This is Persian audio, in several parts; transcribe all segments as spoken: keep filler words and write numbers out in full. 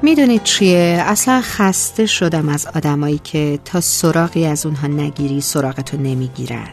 میدونید چیه؟ اصلا خسته شدم از آدمایی که تا سراغی از اونها نگیری سراغتو نمیگیرن.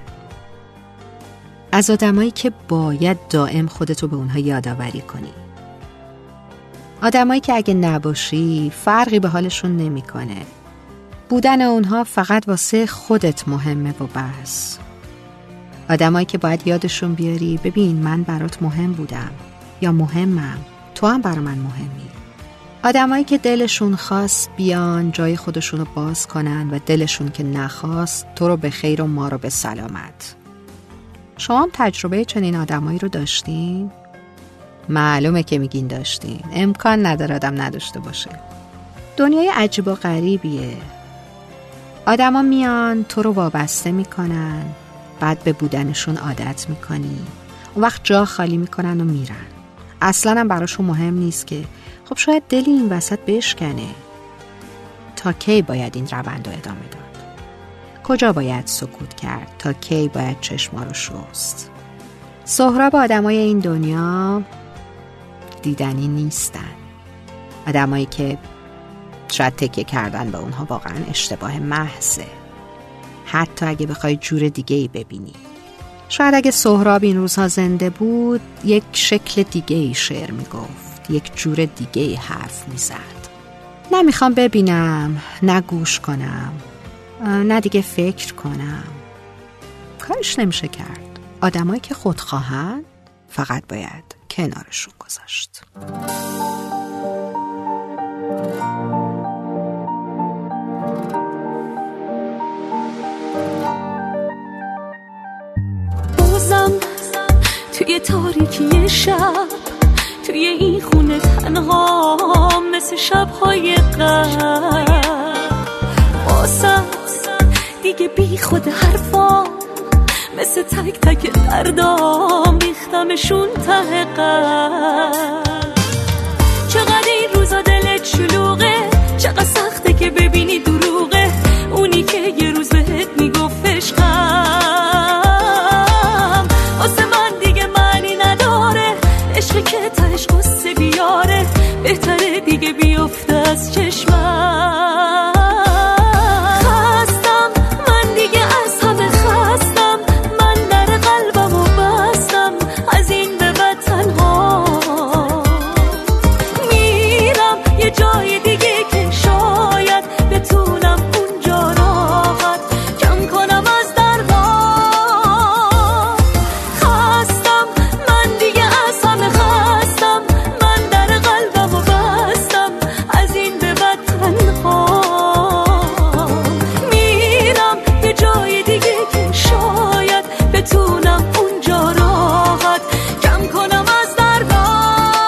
از آدمایی که باید دائم خودتو به اونها یادآوری کنی. آدمایی که اگه نباشی فرقی به حالشون نمیکنه. بودن اونها فقط واسه خودت مهمه و بس. آدمایی که باید یادشون بیاری ببین من برات مهم بودم یا مهمم، تو هم برا من مهمی. آدمایی که دلشون خواست بیان جای خودشونو باز کنن و دلشون که نخواست تو رو به خیر و ما رو به سلامت. شما هم تجربه چنین آدمایی رو داشتین؟ معلومه که میگین داشتین. امکان نداره آدم نداشته باشه. دنیای عجیب و غریبیه. آدما میان تو رو وابسته میکنن، بعد به بودنشون عادت میکنی، اون وقت جا خالی میکنن و میرن. اصلا هم براشون مهم نیست که خب شاید دلی این وسط بشکنه. تا کی باید این روند رو ادامه داد؟ کجا باید سکوت کرد؟ تا کی باید چشما رو شست؟ سهراب آدمای این دنیا دیدنی نیستن. آدمایی که شاید تکیه کردن به اونها واقعا اشتباه محضه. حتی اگه بخوای جور دیگه ای ببینی. شاید اگه سهراب این روزها زنده بود یک شکل دیگه ای شعر میگفت، یک جور دیگه ای حرف میزد. نمیخوام ببینم، نه گوش کنم، نه دیگه فکر کنم. کارش نمیشه کرد. آدمایی که خودخواهن فقط باید کنارشون گذاشت. بازم توی تاریکی شب، توی این خونه تنها مثل شب‌های قبل، واسه دیگه بی خود حرفا مثل تک تک دردام ریختمشون ته قلب. چقدر این روزا دلت شلوغه، چقدر سخته که ببینی دروغه اونی که یه روز بهت میگفت عشقم. واسه من دیگه معنی نداره، عشقی که تهش قصه بیاره بهتره دیگه بیفته از چشمم. خستم من دیگه از همه خستم، من در قلبمو بستم از این به بعد تنها میرم یه جای دیگه که شاید بتونم اونجا راحت کم کنم از دردام. خستم من دیگه از همه خستم، من در قلبمو بستم از این به بعد تنها میرم یه جای دیگه که شاید بتونم اونجا راحت کم کنم از دردام.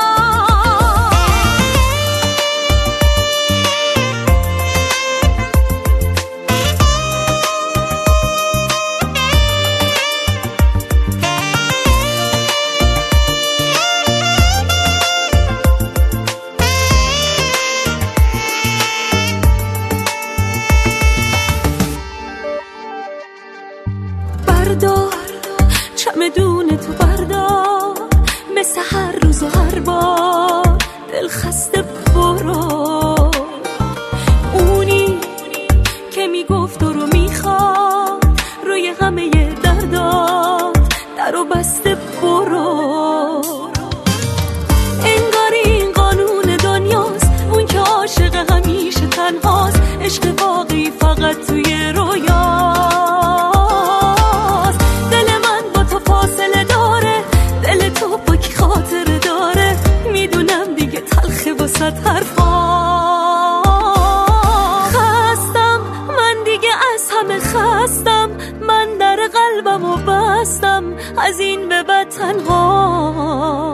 بردار چمدون تو بردار، مثل هر روز و هر بار دل خسته برو. اونی که میگفت رو میخواد روی همه دردات در و بسته برو. انگار این قانون دنیاست، اون که عاشق همیشه تنهاست، عشق واقعی فقط توی رویاست. دل من با تو فاصله داره، دل تو با کی خاطره داره، میدونم دیگه تلخه واسه حرفا. خستم من دیگه از همه خستم، من در قلبمو بستم از این به بعد تنها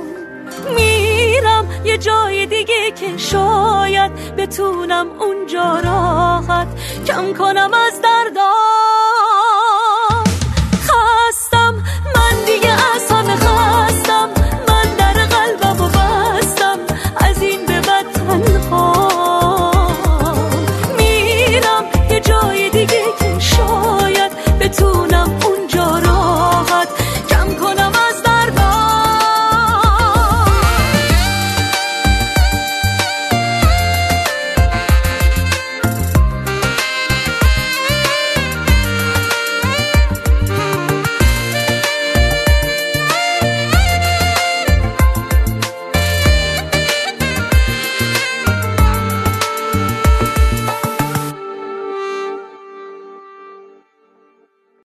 میرم یه جای دیگه که شاید بتونم اونجا راحت کم کنم از دردام.